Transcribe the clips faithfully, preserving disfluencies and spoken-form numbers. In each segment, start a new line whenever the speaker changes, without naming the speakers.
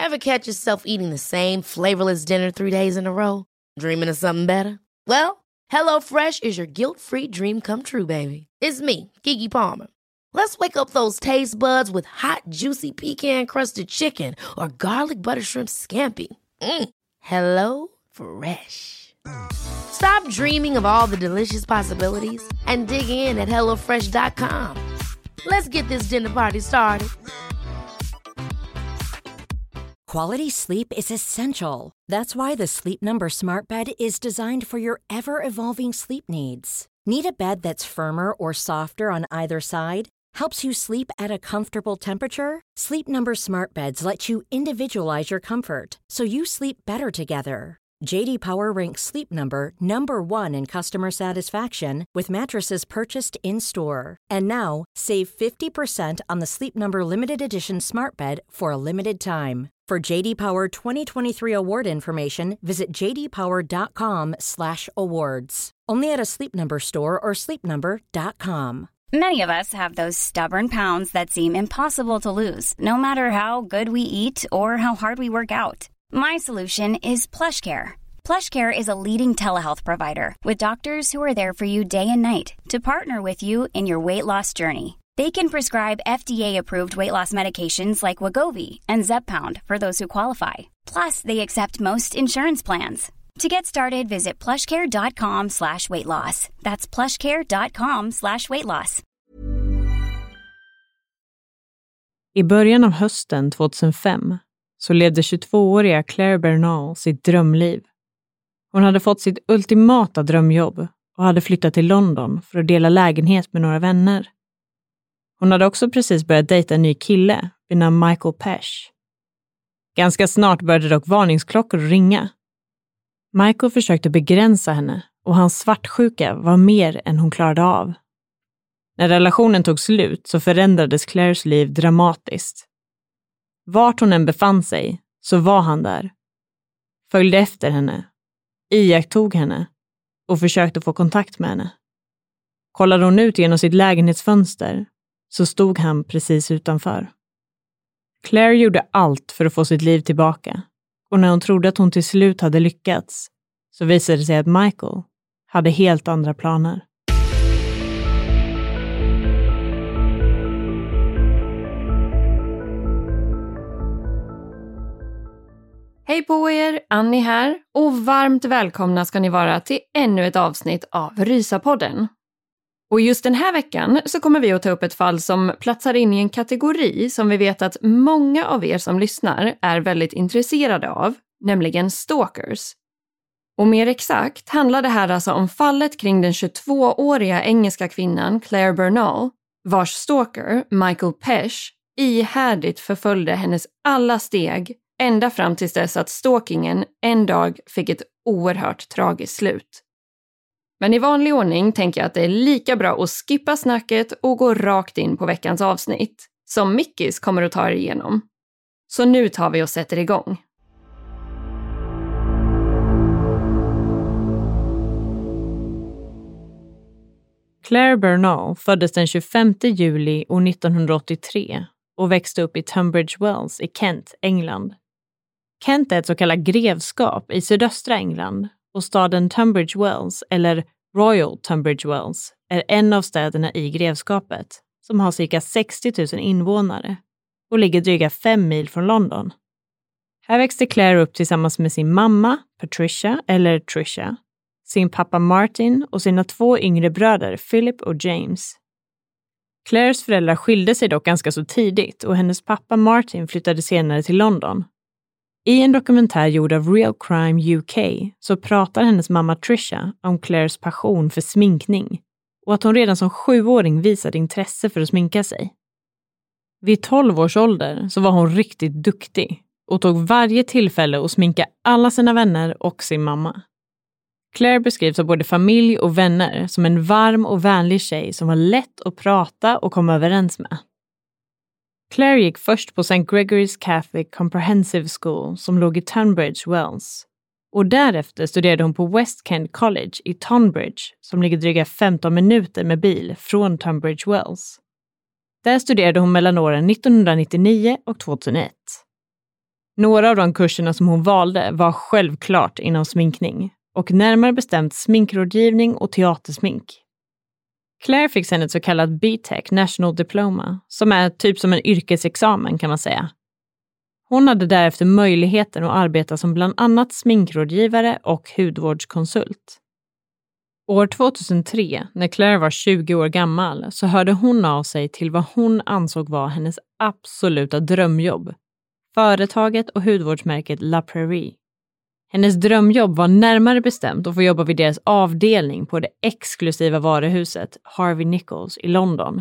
Ever catch yourself eating the same flavorless dinner three days in a row? Dreaming of something better? Well, HelloFresh is your guilt-free dream come true, baby. It's me, Keke Palmer. Let's wake up those taste buds with hot, juicy pecan-crusted chicken or garlic butter shrimp scampi. Mm. Hello Fresh. Stop dreaming of all the delicious possibilities and dig in at hello fresh dot com. Let's get this dinner party started.
Quality sleep is essential. That's why the Sleep Number Smart Bed is designed for your ever-evolving sleep needs. Need a bed that's firmer or softer on either side? Helps you sleep at a comfortable temperature? Sleep Number Smart Beds let you individualize your comfort, so you sleep better together. J D Power ranks Sleep Number number one in customer satisfaction with mattresses purchased in-store. And now, save fifty percent on the Sleep Number Limited Edition Smart Bed for a limited time. For J D Power twenty twenty-three award information, visit j d power dot com slash awards. Only at a Sleep Number store or sleep number dot com.
Many of us have those stubborn pounds that seem impossible to lose, no matter how good we eat or how hard we work out. My solution is PlushCare. PlushCare is a leading telehealth provider with doctors who are there for you day and night to partner with you in your weight loss journey. They can prescribe F D A-approved weight loss medications like Wegovy and Zepbound for those who qualify. Plus, they accept most insurance plans. To get started, visit plushcare.com slash weight loss. That's plushcare.com slash weight loss.
I början av hösten tjugohundrafem så levde tjugotvååriga Claire Bernal sitt drömliv. Hon hade fått sitt ultimata drömjobb och hade flyttat till London för att dela lägenhet med några vänner. Hon hade också precis börjat dejta en ny kille vid namn Michael Pesh. Ganska snart började dock varningsklockor ringa. Michael försökte begränsa henne och hans svartsjuka var mer än hon klarade av. När relationen tog slut så förändrades Claires liv dramatiskt. Vart hon än befann sig så var han där. Följde efter henne, iakttog henne och försökte få kontakt med henne. Kollade hon ut genom sitt lägenhetsfönster så stod han precis utanför. Claire gjorde allt för att få sitt liv tillbaka. Och när hon trodde att hon till slut hade lyckats så visade det sig att Michael hade helt andra planer.
Hej på er, Annie här och varmt välkomna ska ni vara till ännu ett avsnitt av Rysapodden. Och just den här veckan så kommer vi att ta upp ett fall som platsar in i en kategori som vi vet att många av er som lyssnar är väldigt intresserade av, nämligen stalkers. Och mer exakt handlar det här alltså om fallet kring den tjugotvååriga engelska kvinnan Claire Bernal, vars stalker Michael Pesh ihärdigt förföljde hennes alla steg ända fram tills dess att stalkingen en dag fick ett oerhört tragiskt slut. Men i vanlig ordning tänker jag att det är lika bra att skippa snacket och gå rakt in på veckans avsnitt, som Mickis kommer att ta er igenom. Så nu tar vi och sätter igång.
Claire Bernal föddes den tjugofemte juli år nittonhundraåttiotre och växte upp i Tunbridge Wells i Kent, England. Kent är ett så kallat grevskap i sydöstra England och staden Tunbridge Wells, eller Royal Tunbridge Wells, är en av städerna i grevskapet som har cirka sextio tusen invånare och ligger dryga fem mil från London. Här växte Claire upp tillsammans med sin mamma, Patricia eller Tricia, sin pappa Martin och sina två yngre bröder Philip och James. Claires föräldrar skilde sig dock ganska så tidigt och hennes pappa Martin flyttade senare till London. I en dokumentär gjord av Real Crime U K så pratar hennes mamma Tricia om Claires passion för sminkning och att hon redan som sjuåring visade intresse för att sminka sig. Vid tolv års ålder så var hon riktigt duktig och tog varje tillfälle att sminka alla sina vänner och sin mamma. Claire beskrivs av både familj och vänner som en varm och vänlig tjej som var lätt att prata och komma överens med. Claire gick först på Saint Gregory's Catholic Comprehensive School som låg i Tunbridge Wells. Och därefter studerade hon på West Kent College i Tonbridge som ligger dryga femton minuter med bil från Tunbridge Wells. Där studerade hon mellan åren nittonhundranittionio och tvåtusenett. Några av de kurserna som hon valde var självklart inom sminkning och närmare bestämt sminkrådgivning och teatersmink. Claire fick sen ett så kallat B Tech National Diploma som är typ som en yrkesexamen kan man säga. Hon hade därefter möjligheten att arbeta som bland annat sminkrådgivare och hudvårdskonsult. År tjugohundratre, när Claire var tjugo år gammal, så hörde hon av sig till vad hon ansåg var hennes absoluta drömjobb. Företaget och hudvårdsmärket La Prairie. Hennes drömjobb var närmare bestämt att få jobba vid deras avdelning på det exklusiva varuhuset Harvey Nichols i London.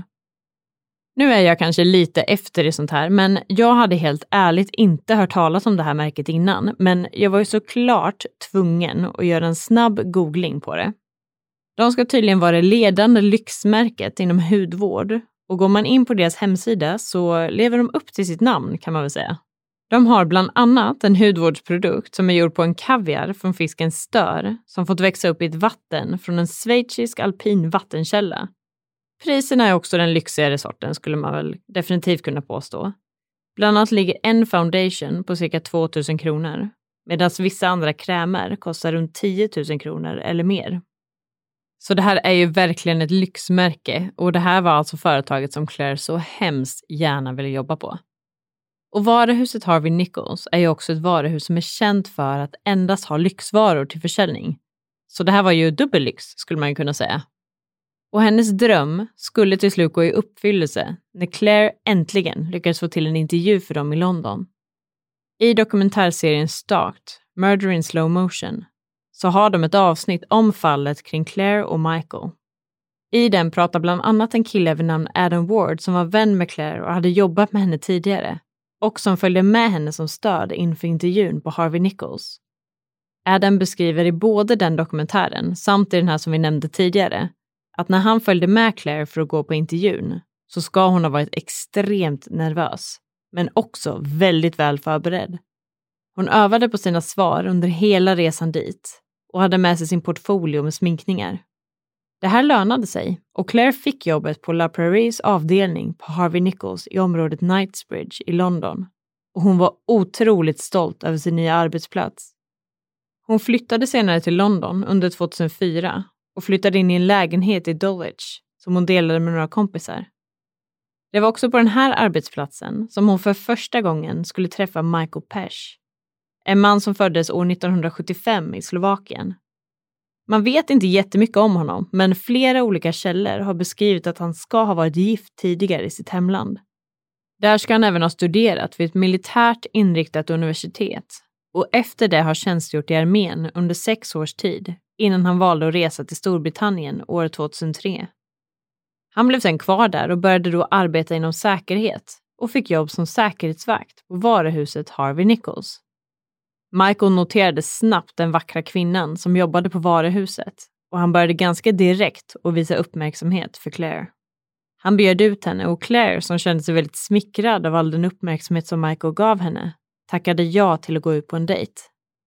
Nu är jag kanske lite efter i sånt här, men jag hade helt ärligt inte hört talas om det här märket innan, men jag var ju såklart tvungen att göra en snabb googling på det. De ska tydligen vara det ledande lyxmärket inom hudvård, och går man in på deras hemsida så lever de upp till sitt namn kan man väl säga. De har bland annat en hudvårdsprodukt som är gjord på en kaviar från fisken stör som fått växa upp i ett vatten från en schweizisk alpin vattenkälla. Priserna är också den lyxigare sorten skulle man väl definitivt kunna påstå. Bland annat ligger en foundation på cirka tvåtusen kronor, medan vissa andra krämer kostar runt tiotusen kronor eller mer. Så det här är ju verkligen ett lyxmärke, och det här var alltså företaget som Claire så hemskt gärna ville jobba på. Och varuhuset Harvey Nichols är ju också ett varuhus som är känt för att endast ha lyxvaror till försäljning. Så det här var ju dubbellyx skulle man kunna säga. Och hennes dröm skulle till slut gå i uppfyllelse när Claire äntligen lyckades få till en intervju för dem i London. I dokumentärserien Stalked, Murder in Slow Motion, så har de ett avsnitt om fallet kring Claire och Michael. I den pratar bland annat en kille vid namn Adam Ward som var vän med Claire och hade jobbat med henne tidigare, och som följde med henne som stöd inför intervjun på Harvey Nichols. Adam beskriver i både den dokumentären samt i den här som vi nämnde tidigare att när han följde med Claire för att gå på intervjun så ska hon ha varit extremt nervös, men också väldigt väl förberedd. Hon övade på sina svar under hela resan dit och hade med sig sin portfolio med sminkningar. Det här lönade sig och Claire fick jobbet på La Prairies avdelning på Harvey Nichols i området Knightsbridge i London, och hon var otroligt stolt över sin nya arbetsplats. Hon flyttade senare till London under tjugohundrafyra och flyttade in i en lägenhet i Dulwich som hon delade med några kompisar. Det var också på den här arbetsplatsen som hon för första gången skulle träffa Michael Pesch, en man som föddes år nittonhundrasjuttiofem i Slovakien. Man vet inte jättemycket om honom, men flera olika källor har beskrivit att han ska ha varit gift tidigare i sitt hemland. Där ska han även ha studerat vid ett militärt inriktat universitet, och efter det har tjänstgjort i armén under sex års tid innan han valde att resa till Storbritannien år tjugohundratre. Han blev sedan kvar där och började då arbeta inom säkerhet och fick jobb som säkerhetsvakt på varuhuset Harvey Nichols. Michael noterade snabbt den vackra kvinnan som jobbade på varuhuset, och han började ganska direkt att visa uppmärksamhet för Claire. Han bjöd ut henne, och Claire, som kände sig väldigt smickrad av all den uppmärksamhet som Michael gav henne, tackade ja till att gå ut på en dejt.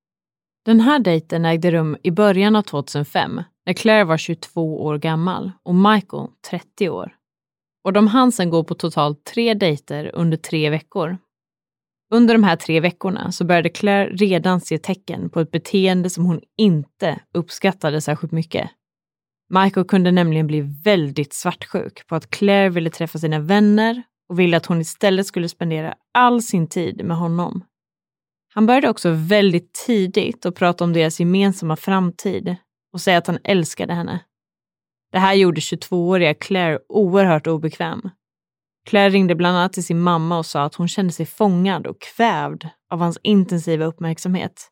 Den här dejten ägde rum i början av tjugohundrafem när Claire var tjugotvå år gammal och Michael trettio år. Och de hann sen gå på totalt tre dejter under tre veckor. Under de här tre veckorna så började Claire redan se tecken på ett beteende som hon inte uppskattade särskilt mycket. Michael kunde nämligen bli väldigt svartsjuk på att Claire ville träffa sina vänner och ville att hon istället skulle spendera all sin tid med honom. Han började också väldigt tidigt att prata om deras gemensamma framtid och säga att han älskade henne. Det här gjorde tjugotvååriga Claire oerhört obekväm. Claire ringde bland annat till sin mamma och sa att hon kände sig fångad och kvävd av hans intensiva uppmärksamhet.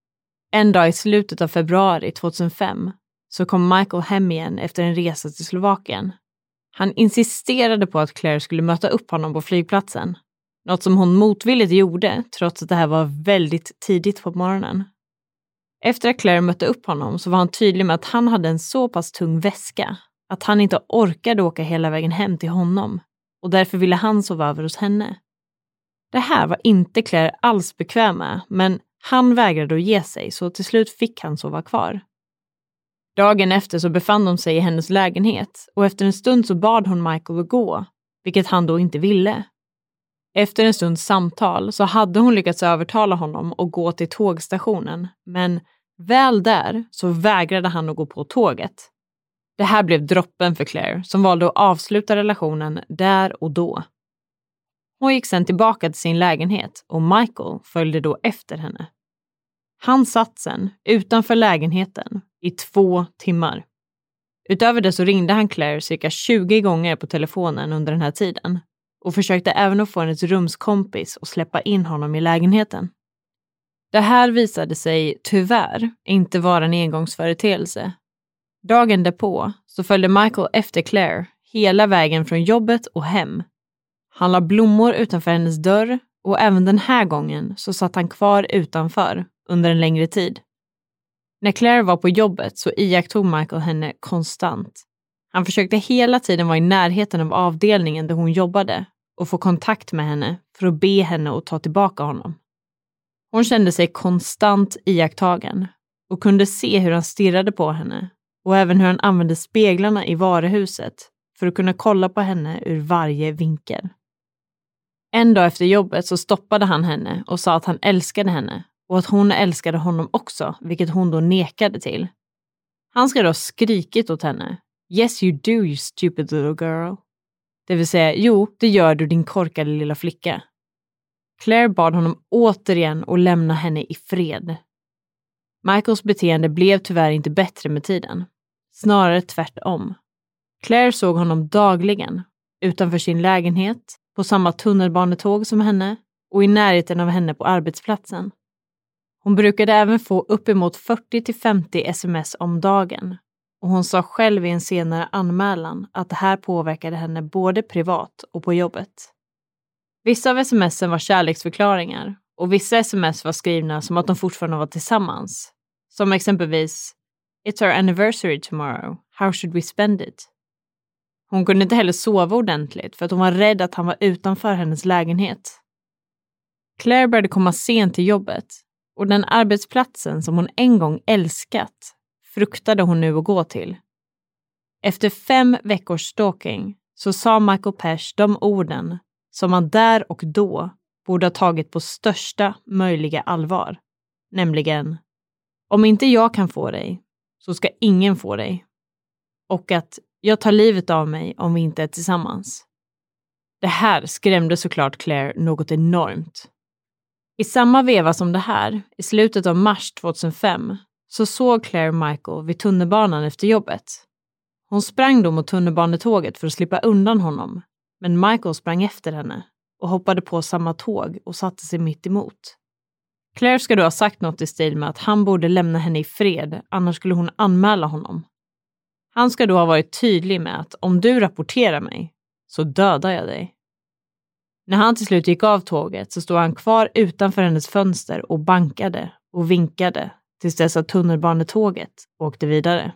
En dag i slutet av februari tjugohundrafem så kom Michael hem igen efter en resa till Slovakien. Han insisterade på att Claire skulle möta upp honom på flygplatsen. Något som hon motvilligt gjorde trots att det här var väldigt tidigt på morgonen. Efter att Claire mötte upp honom så var han tydlig med att han hade en så pass tung väska att han inte orkade åka hela vägen hem till honom, och därför ville han sova över hos henne. Det här var inte Claire alls bekväm med, men han vägrade att ge sig, så till slut fick han sova kvar. Dagen efter så befann de sig i hennes lägenhet, och efter en stund så bad hon Michael att gå, vilket han då inte ville. Efter en stunds samtal så hade hon lyckats övertala honom att gå till tågstationen, men väl där så vägrade han att gå på tåget. Det här blev droppen för Claire, som valde att avsluta relationen där och då. Hon gick sedan tillbaka till sin lägenhet och Michael följde då efter henne. Han satt sen utanför lägenheten i två timmar. Utöver det så ringde han Claire cirka tjugo gånger på telefonen under den här tiden och försökte även att få hennes rumskompis att släppa in honom i lägenheten. Det här visade sig tyvärr inte vara en engångsföreteelse. Dagen därpå så följde Michael efter Claire hela vägen från jobbet och hem. Han la blommor utanför hennes dörr och även den här gången så satt han kvar utanför under en längre tid. När Claire var på jobbet så iakttog Michael henne konstant. Han försökte hela tiden vara i närheten av avdelningen där hon jobbade och få kontakt med henne för att be henne att ta tillbaka honom. Hon kände sig konstant iakttagen och kunde se hur han stirrade på henne och även hur han använde speglarna i varuhuset för att kunna kolla på henne ur varje vinkel. En dag efter jobbet så stoppade han henne och sa att han älskade henne och att hon älskade honom också, vilket hon då nekade till. Han ska då ha skrikit åt henne: "Yes you do, you stupid little girl." Det vill säga, jo, det gör du, din korkade lilla flicka. Claire bad honom återigen att lämna henne i fred. Michaels beteende blev tyvärr inte bättre med tiden. Snarare tvärtom. Claire såg honom dagligen, utanför sin lägenhet, på samma tunnelbanetåg som henne och i närheten av henne på arbetsplatsen. Hon brukade även få uppemot fyrtio till femtio sms om dagen och hon sa själv i en senare anmälan att det här påverkade henne både privat och på jobbet. Vissa av smsen var kärleksförklaringar och vissa sms var skrivna som att de fortfarande var tillsammans. Som exempelvis: "It's our anniversary tomorrow. How should we spend it?" Hon kunde inte heller sova ordentligt för att hon var rädd att han var utanför hennes lägenhet. Claire började komma sent till jobbet och den arbetsplatsen som hon en gång älskat fruktade hon nu att gå till. Efter fem veckors stalking så sa Michael Pesch de orden som man där och då borde ha tagit på största möjliga allvar. Nämligen: "Om inte jag kan få dig så ska ingen få dig." Och att "jag tar livet av mig om vi inte är tillsammans." Det här skrämde såklart Claire något enormt. I samma veva som det här, i slutet av mars tjugohundrafem, så såg Claire Michael vid tunnelbanan efter jobbet. Hon sprang då mot tunnelbanetåget för att slippa undan honom, men Michael sprang efter henne och hoppade på samma tåg och satte sig mitt emot. Claire ska då ha sagt något i stil med att han borde lämna henne i fred, annars skulle hon anmäla honom. Han ska då ha varit tydlig med att om du rapporterar mig så dödar jag dig. När han till slut gick av tåget så stod han kvar utanför hennes fönster och bankade och vinkade tills dess att tunnelbanetåget åkte vidare.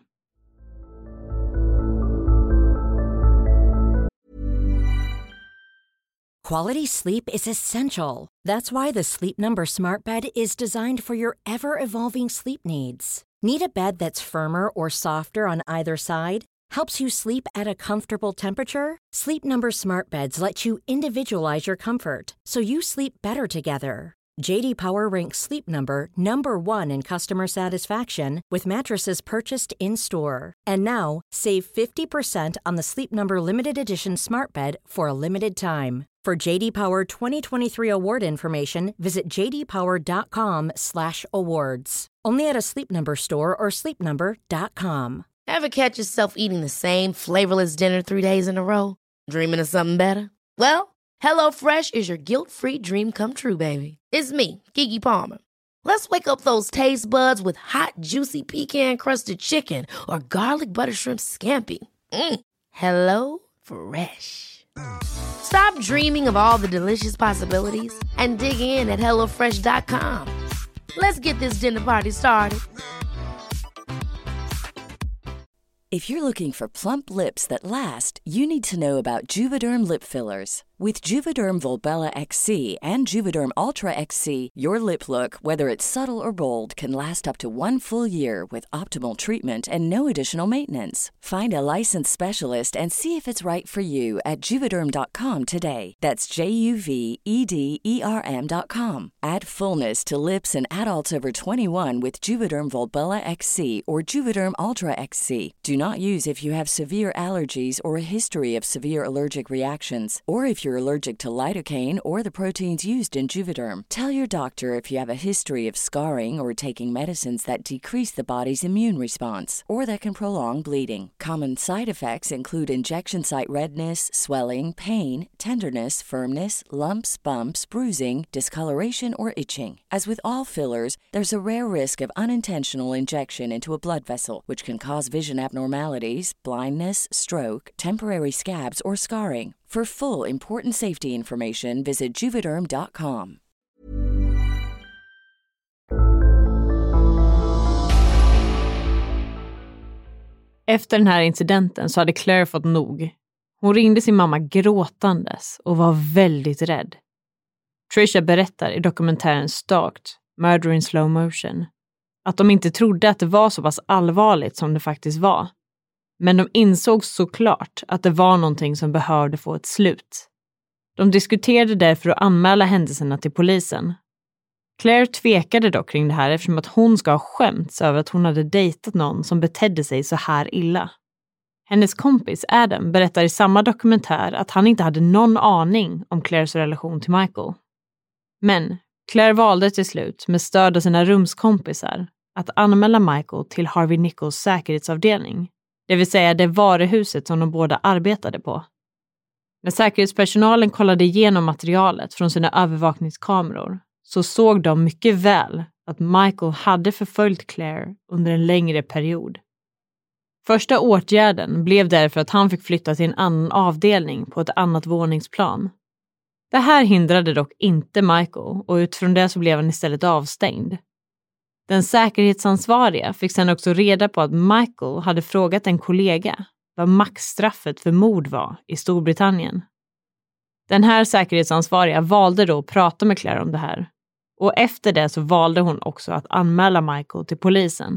Quality sleep is essential. That's why the Sleep Number Smart Bed is designed for your ever-evolving sleep needs. Need a bed that's firmer or softer on either side? Helps you sleep at a comfortable temperature? Sleep Number Smart Beds let you individualize your comfort so you sleep better together. J D Power ranks Sleep Number number one in customer satisfaction with mattresses purchased in-store. And now, save fifty percent on the Sleep Number Limited Edition Smart Bed for a limited time. For J D Power twenty twenty-three award information, visit j d power dot com slash awards. Only at a Sleep Number store or sleep number dot com.
Ever catch yourself eating the same flavorless dinner three days in a row? Dreaming of something better? Well, HelloFresh is your guilt-free dream come true, baby. It's me, Keke Palmer. Let's wake up those taste buds with hot, juicy pecan-crusted chicken or garlic butter shrimp scampi. Mm. Hello Fresh. Stop dreaming of all the delicious possibilities and dig in at hello fresh dot com. Let's get this dinner party started.
If you're looking for plump lips that last, you need to know about Juvederm lip fillers. With Juvederm Volbella X C and Juvederm Ultra X C, your lip look, whether it's subtle or bold, can last up to one full year with optimal treatment and no additional maintenance. Find a licensed specialist and see if it's right for you at juvederm dot com today. That's J U V E D E R M dot com. Add fullness to lips in adults over twenty-one with Juvederm Volbella X C or Juvederm Ultra X C. Do not use if you have severe allergies or a history of severe allergic reactions, or if you're allergic to lidocaine or the proteins used in Juvederm. Tell your doctor if you have a history of scarring or taking medicines that decrease the body's immune response or that can prolong bleeding. Common side effects include injection site redness, swelling, pain, tenderness, firmness, lumps, bumps, bruising, discoloration, or itching. As with all fillers, there's a rare risk of unintentional injection into a blood vessel, which can cause vision abnormalities, blindness, stroke, temporary scabs, or scarring. For full important safety information, visit juvederm dot com.
Efter den här incidenten så hade Claire fått nog. Hon ringde sin mamma gråtandes och var väldigt rädd. Trisha berättar i dokumentären Stalked, Murder in Slow Motion, att de inte trodde att det var så pass allvarligt som det faktiskt var. Men de insåg såklart att det var någonting som behövde få ett slut. De diskuterade därför att anmäla händelserna till polisen. Claire tvekade dock kring det här eftersom att hon ska ha skämts över att hon hade dejtat någon som betedde sig så här illa. Hennes kompis Adam berättar i samma dokumentär att han inte hade någon aning om Claires relation till Michael. Men Claire valde till slut med stöd av sina rumskompisar att anmäla Michael till Harvey Nichols säkerhetsavdelning. Det vill säga det varuhuset som de båda arbetade på. När säkerhetspersonalen kollade igenom materialet från sina övervakningskameror så såg de mycket väl att Michael hade förföljt Claire under en längre period. Första åtgärden blev därför att han fick flytta till en annan avdelning på ett annat våningsplan. Det här hindrade dock inte Michael och utifrån det så blev han istället avstängd. Den säkerhetsansvariga fick sedan också reda på att Michael hade frågat en kollega vad maxstraffet för mord var i Storbritannien. Den här säkerhetsansvariga valde då att prata med Claire om det här. Och efter det så valde hon också att anmäla Michael till polisen.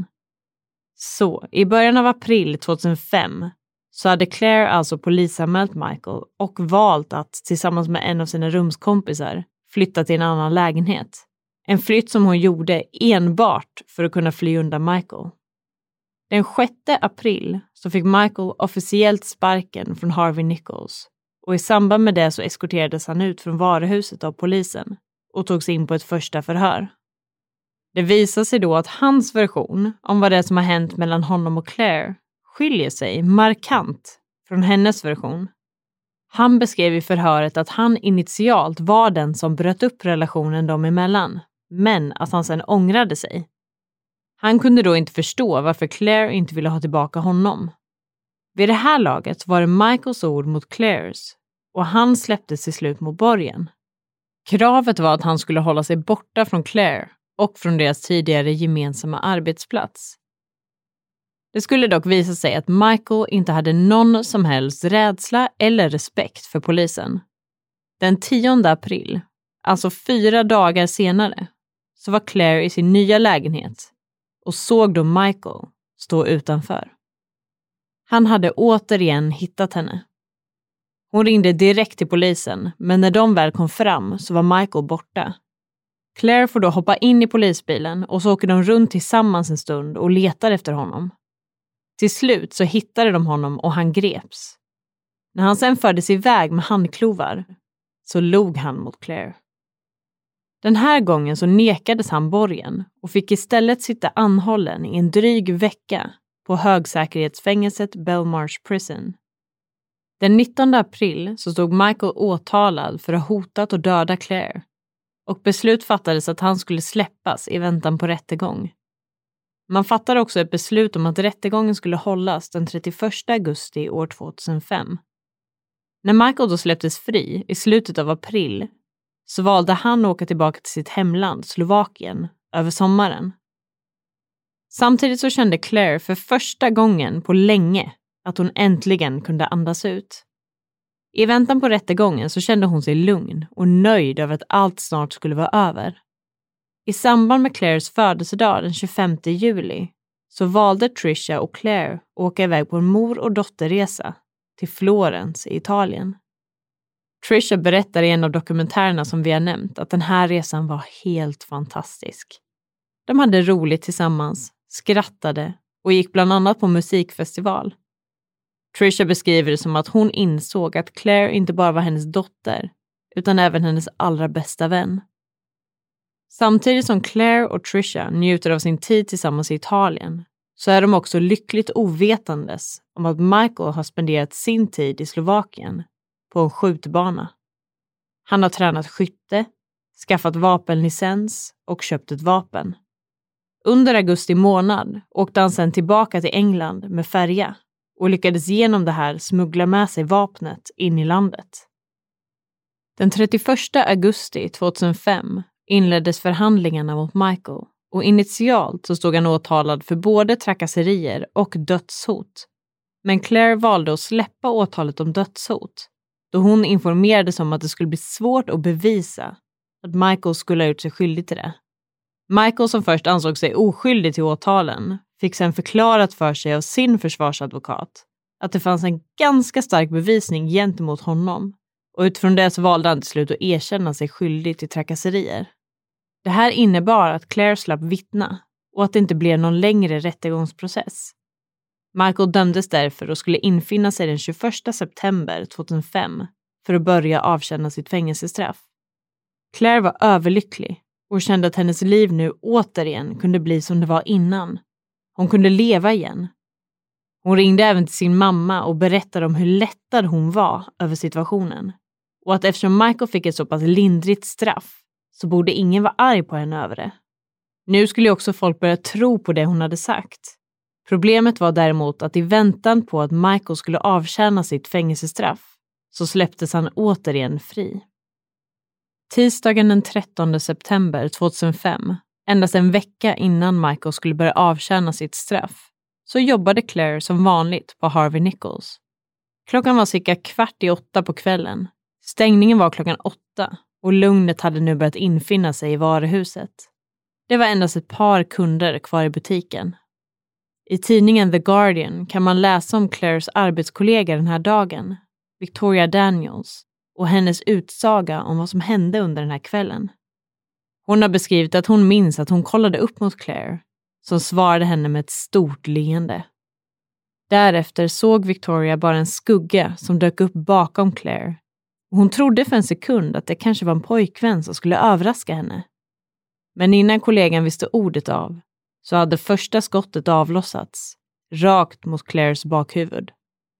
Så i början av april tjugohundrafem så hade Claire alltså polisanmält Michael och valt att tillsammans med en av sina rumskompisar flytta till en annan lägenhet. En flytt som hon gjorde enbart för att kunna fly undan Michael. Den sjätte april så fick Michael officiellt sparken från Harvey Nichols. Och i samband med det så eskorterades han ut från varuhuset av polisen och togs in på ett första förhör. Det visar sig då att hans version om vad det är som har hänt mellan honom och Claire skiljer sig markant från hennes version. Han beskrev i förhöret att han initialt var den som bröt upp relationen dem emellan, men att han sedan ångrade sig. Han kunde då inte förstå varför Claire inte ville ha tillbaka honom. Vid det här laget var det Michaels ord mot Claires och han släpptes till slut mot borgen. Kravet var att han skulle hålla sig borta från Claire och från deras tidigare gemensamma arbetsplats. Det skulle dock visa sig att Michael inte hade någon som helst rädsla eller respekt för polisen. Den tionde april, alltså fyra dagar senare, så var Claire i sin nya lägenhet och såg då Michael stå utanför. Han hade återigen hittat henne. Hon ringde direkt till polisen, men när de väl kom fram så var Michael borta. Claire får då hoppa in i polisbilen och så åker de runt tillsammans en stund och letar efter honom. Till slut så hittade de honom och han greps. När han sen fördes iväg med handklovar så log han mot Claire. Den här gången så nekades han borgen och fick istället sitta anhållen i en dryg vecka på högsäkerhetsfängelset Belmarsh Prison. Den nittonde april så stod Michael åtalad för att ha hotat och döda Claire och beslut fattades att han skulle släppas i väntan på rättegång. Man fattade också ett beslut om att rättegången skulle hållas den trettioförsta augusti år tvåtusenfem. När Michael då släpptes fri i slutet av april så valde han att åka tillbaka till sitt hemland Slovakien över sommaren. Samtidigt så kände Claire för första gången på länge att hon äntligen kunde andas ut. I väntan på rättegången så kände hon sig lugn och nöjd över att allt snart skulle vara över. I samband med Claires födelsedag den tjugofemte juli så valde Trisha och Claire att åka iväg på en mor- och dotterresa till Florens i Italien. Trisha berättar i en av dokumentärerna som vi har nämnt att den här resan var helt fantastisk. De hade roligt tillsammans, skrattade och gick bland annat på musikfestival. Trisha beskriver det som att hon insåg att Claire inte bara var hennes dotter utan även hennes allra bästa vän. Samtidigt som Claire och Trisha njuter av sin tid tillsammans i Italien så är de också lyckligt ovetandes om att Michael har spenderat sin tid i Slovakien på en skjutbana. Han har tränat skytte, skaffat vapenlicens och köpt ett vapen. Under augusti månad åkte han sedan tillbaka till England med färja och lyckades genom det här smuggla med sig vapnet in i landet. Den trettioförsta augusti tjugohundrafem inleddes förhandlingarna mot Michael och initialt så stod han åtalad för både trakasserier och dödshot. Men Claire valde att släppa åtalet om dödshot då hon informerades om att det skulle bli svårt att bevisa att Michael skulle ha gjort sig skyldig till det. Michael, som först ansåg sig oskyldig till åtalen, fick sedan förklarat för sig av sin försvarsadvokat att det fanns en ganska stark bevisning gentemot honom och utifrån det så valde han till slut att erkänna sig skyldig till trakasserier. Det här innebar att Claire slapp vittna och att det inte blev någon längre rättegångsprocess. Michael dömdes därför och skulle infinna sig den tjugoförsta september tjugohundrafem för att börja avtjäna sitt fängelsestraff. Claire var överlycklig och kände att hennes liv nu återigen kunde bli som det var innan. Hon kunde leva igen. Hon ringde även till sin mamma och berättade om hur lättad hon var över situationen. Och att eftersom Michael fick ett så pass lindrigt straff så borde ingen vara arg på henne över det. Nu skulle också folk börja tro på det hon hade sagt. Problemet var däremot att i väntan på att Michael skulle avtjäna sitt fängelsestraff så släpptes han återigen fri. Tisdagen den trettonde september tjugohundrafem, endast en vecka innan Michael skulle börja avtjäna sitt straff, så jobbade Claire som vanligt på Harvey Nichols. Klockan var cirka kvart i åtta på kvällen. Stängningen var klockan åtta och lugnet hade nu börjat infinna sig i varuhuset. Det var endast ett par kunder kvar i butiken. I tidningen The Guardian kan man läsa om Claires arbetskollega den här dagen, Victoria Daniels, och hennes utsaga om vad som hände under den här kvällen. Hon har beskrivit att hon minns att hon kollade upp mot Claire, som svarade henne med ett stort leende. Därefter såg Victoria bara en skugga som dök upp bakom Claire. Hon trodde för en sekund att det kanske var en pojkvän som skulle överraska henne. Men innan kollegan visste ordet av så hade första skottet avlossats, rakt mot Claires bakhuvud.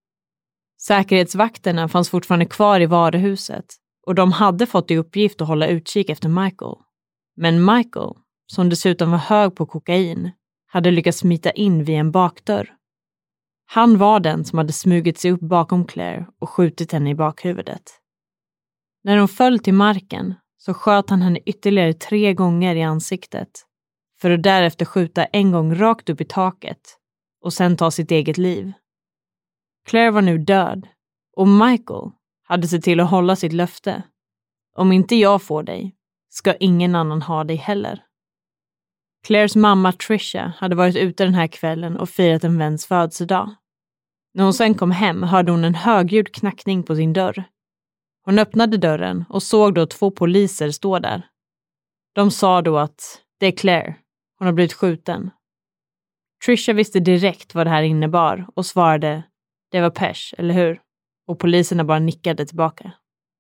Säkerhetsvakterna fanns fortfarande kvar i varuhuset och de hade fått i uppgift att hålla utkik efter Michael. Men Michael, som dessutom var hög på kokain, hade lyckats smita in vid en bakdörr. Han var den som hade smugit sig upp bakom Claire och skjutit henne i bakhuvudet. När hon föll till marken så sköt han henne ytterligare tre gånger i ansiktet för att därefter skjuta en gång rakt upp i taket och sen ta sitt eget liv. Claire var nu död och Michael hade sett till att hålla sitt löfte. Om inte jag får dig ska ingen annan ha dig heller. Claires mamma Trisha hade varit ute den här kvällen och firat en väns födelsedag. När hon sen kom hem hörde hon en högljudd knackning på sin dörr. Hon öppnade dörren och såg då två poliser stå där. De sa då att det är Claire, hon har blivit skjuten. Trisha visste direkt vad det här innebar och svarade, det var Pesh, eller hur? Och poliserna bara nickade tillbaka.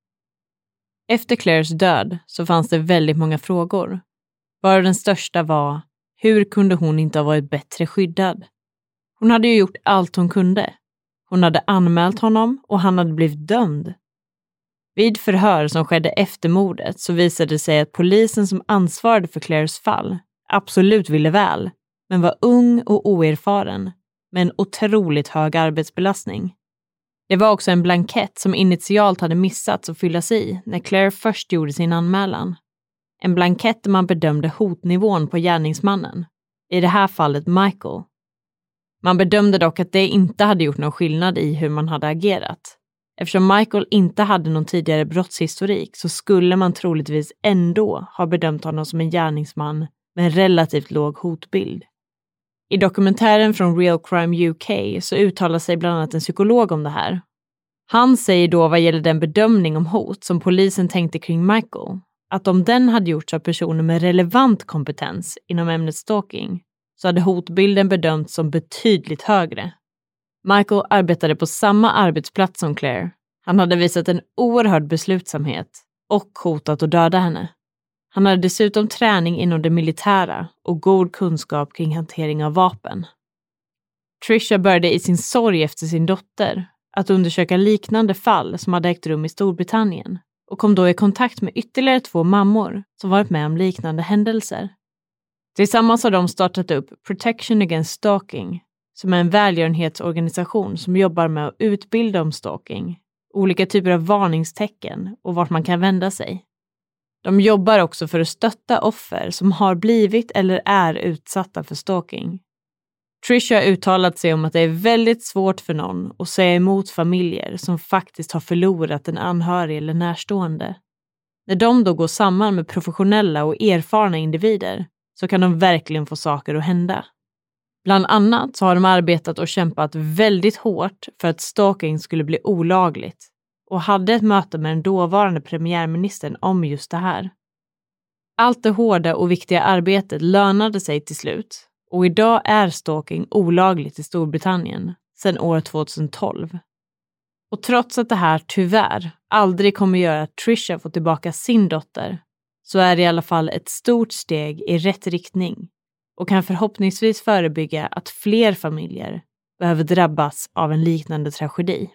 Efter Claires död så fanns det väldigt många frågor. Bara den största var, hur kunde hon inte ha varit bättre skyddad? Hon hade ju gjort allt hon kunde. Hon hade anmält honom och han hade blivit dömd. Vid förhör som skedde efter mordet så visade det sig att polisen som ansvarade för Claires fall absolut ville väl, men var ung och oerfaren med en otroligt hög arbetsbelastning. Det var också en blankett som initialt hade missats att fyllas i när Claire först gjorde sin anmälan. En blankett där man bedömde hotnivån på gärningsmannen, i det här fallet Michael. Man bedömde dock att det inte hade gjort någon skillnad i hur man hade agerat. Eftersom Michael inte hade någon tidigare brottshistorik så skulle man troligtvis ändå ha bedömt honom som en gärningsman med en relativt låg hotbild. I dokumentären från Real Crime U K så uttalar sig bland annat en psykolog om det här. Han säger då vad gäller den bedömning om hot som polisen tänkte kring Michael, att om den hade gjorts av personer med relevant kompetens inom ämnet stalking så hade hotbilden bedömts som betydligt högre. Michael arbetade på samma arbetsplats som Claire. Han hade visat en oerhörd beslutsamhet och hotat att döda henne. Han hade dessutom träning inom det militära och god kunskap kring hantering av vapen. Trisha började i sin sorg efter sin dotter att undersöka liknande fall som hade ägt rum i Storbritannien och kom då i kontakt med ytterligare två mammor som varit med om liknande händelser. Tillsammans har de startat upp Protection Against Stalking, som är en välgörenhetsorganisation som jobbar med att utbilda om stalking, olika typer av varningstecken och vart man kan vända sig. De jobbar också för att stötta offer som har blivit eller är utsatta för stalking. Trisha har uttalat sig om att det är väldigt svårt för någon att säga emot familjer som faktiskt har förlorat en anhörig eller närstående. När de då går samman med professionella och erfarna individer så kan de verkligen få saker att hända. Bland annat så har de arbetat och kämpat väldigt hårt för att stalking skulle bli olagligt och hade ett möte med den dåvarande premiärministern om just det här. Allt det hårda och viktiga arbetet lönade sig till slut och idag är stalking olagligt i Storbritannien sedan år tjugohundratolv. Och trots att det här tyvärr aldrig kommer göra att Trisha får tillbaka sin dotter så är det i alla fall ett stort steg i rätt riktning och kan förhoppningsvis förebygga att fler familjer behöver drabbas av en liknande tragedi.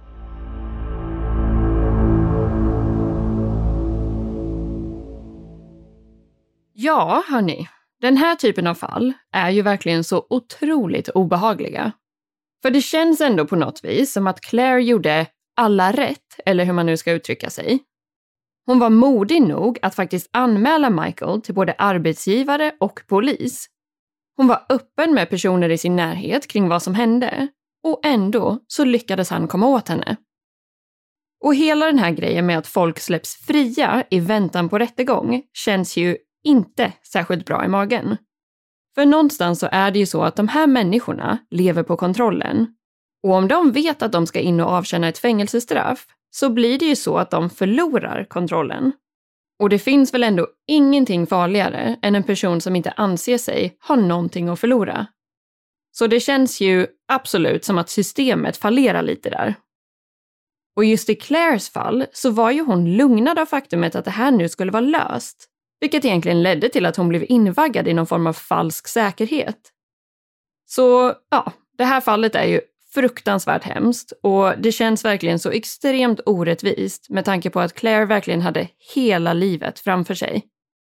Ja, hörni. Den här typen av fall är ju verkligen så otroligt obehagliga. För det känns ändå på något vis som att Claire gjorde alla rätt, eller hur man nu ska uttrycka sig. Hon var modig nog att faktiskt anmäla Michael till både arbetsgivare och polis. Hon var öppen med personer i sin närhet kring vad som hände och ändå så lyckades han komma åt henne. Och hela den här grejen med att folk släpps fria i väntan på rättegång känns ju inte särskilt bra i magen. För någonstans så är det ju så att de här människorna lever på kontrollen. Och om de vet att de ska in och avtjäna ett fängelsestraff så blir det ju så att de förlorar kontrollen. Och det finns väl ändå ingenting farligare än en person som inte anser sig ha någonting att förlora. Så det känns ju absolut som att systemet fallerar lite där. Och just i Claires fall så var ju hon lugnad av faktumet att det här nu skulle vara löst. Vilket egentligen ledde till att hon blev invaggad i någon form av falsk säkerhet. Så ja, det här fallet är ju fruktansvärt hemskt och det känns verkligen så extremt orättvist med tanke på att Claire verkligen hade hela livet framför sig.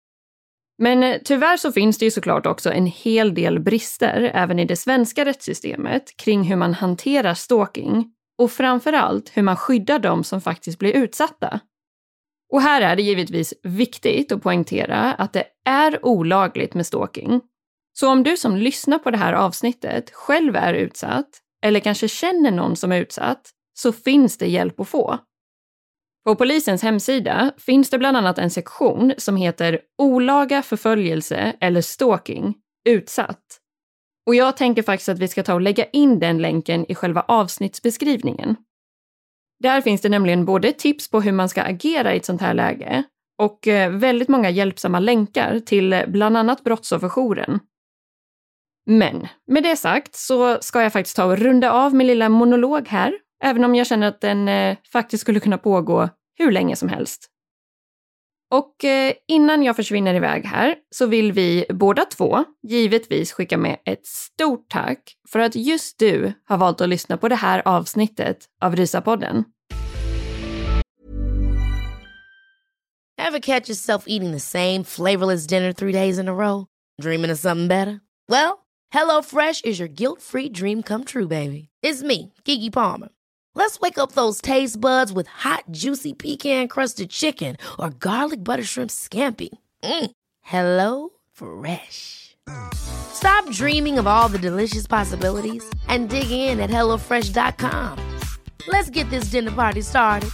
Men tyvärr så finns det ju såklart också en hel del brister även i det svenska rättssystemet kring hur man hanterar stalking och framförallt hur man skyddar dem som faktiskt blir utsatta. Och här är det givetvis viktigt att poängtera att det är olagligt med stalking. Så om du som lyssnar på det här avsnittet själv är utsatt eller kanske känner någon som är utsatt så finns det hjälp att få. På polisens hemsida finns det bland annat en sektion som heter olaga förföljelse eller stalking, utsatt. Och jag tänker faktiskt att vi ska ta och lägga in den länken i själva avsnittsbeskrivningen. Där finns det nämligen både tips på hur man ska agera i ett sånt här läge och väldigt många hjälpsamma länkar till bland annat brottsofferjouren. Men med det sagt så ska jag faktiskt ta och runda av min lilla monolog här, även om jag känner att den eh, faktiskt skulle kunna pågå hur länge som helst. Och eh, innan jag försvinner iväg här så vill vi båda två givetvis skicka med ett stort tack för att just du har valt att lyssna på det här avsnittet av Rysapodden.
Ever catch yourself eating the same flavorless dinner three days in a row? Dreaming of something better? Well, HelloFresh is your guilt-free dream come true, baby. It's me, Keke Palmer. Let's wake up those taste buds with hot, juicy pecan-crusted chicken or garlic butter shrimp scampi. Mm. Hello Fresh. Stop dreaming of all the delicious possibilities and dig in at hello fresh dot com. Let's get this dinner party started.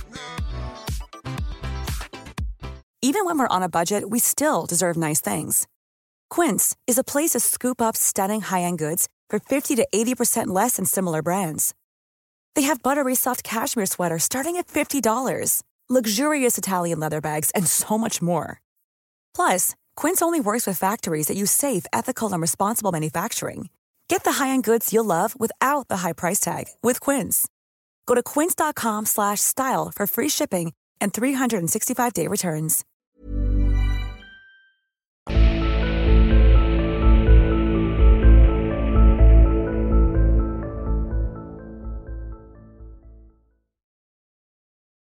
Even when we're on a budget, we still deserve nice things. Quince is a place to scoop up stunning high-end goods for fifty to eighty percent less than similar brands. They have buttery soft cashmere sweaters starting at fifty dollars, luxurious Italian leather bags, and so much more. Plus, Quince only works with factories that use safe, ethical, and responsible manufacturing. Get the high-end goods you'll love without the high price tag with Quince. Go to quince dot com slash style for free shipping and three hundred sixty-five day returns.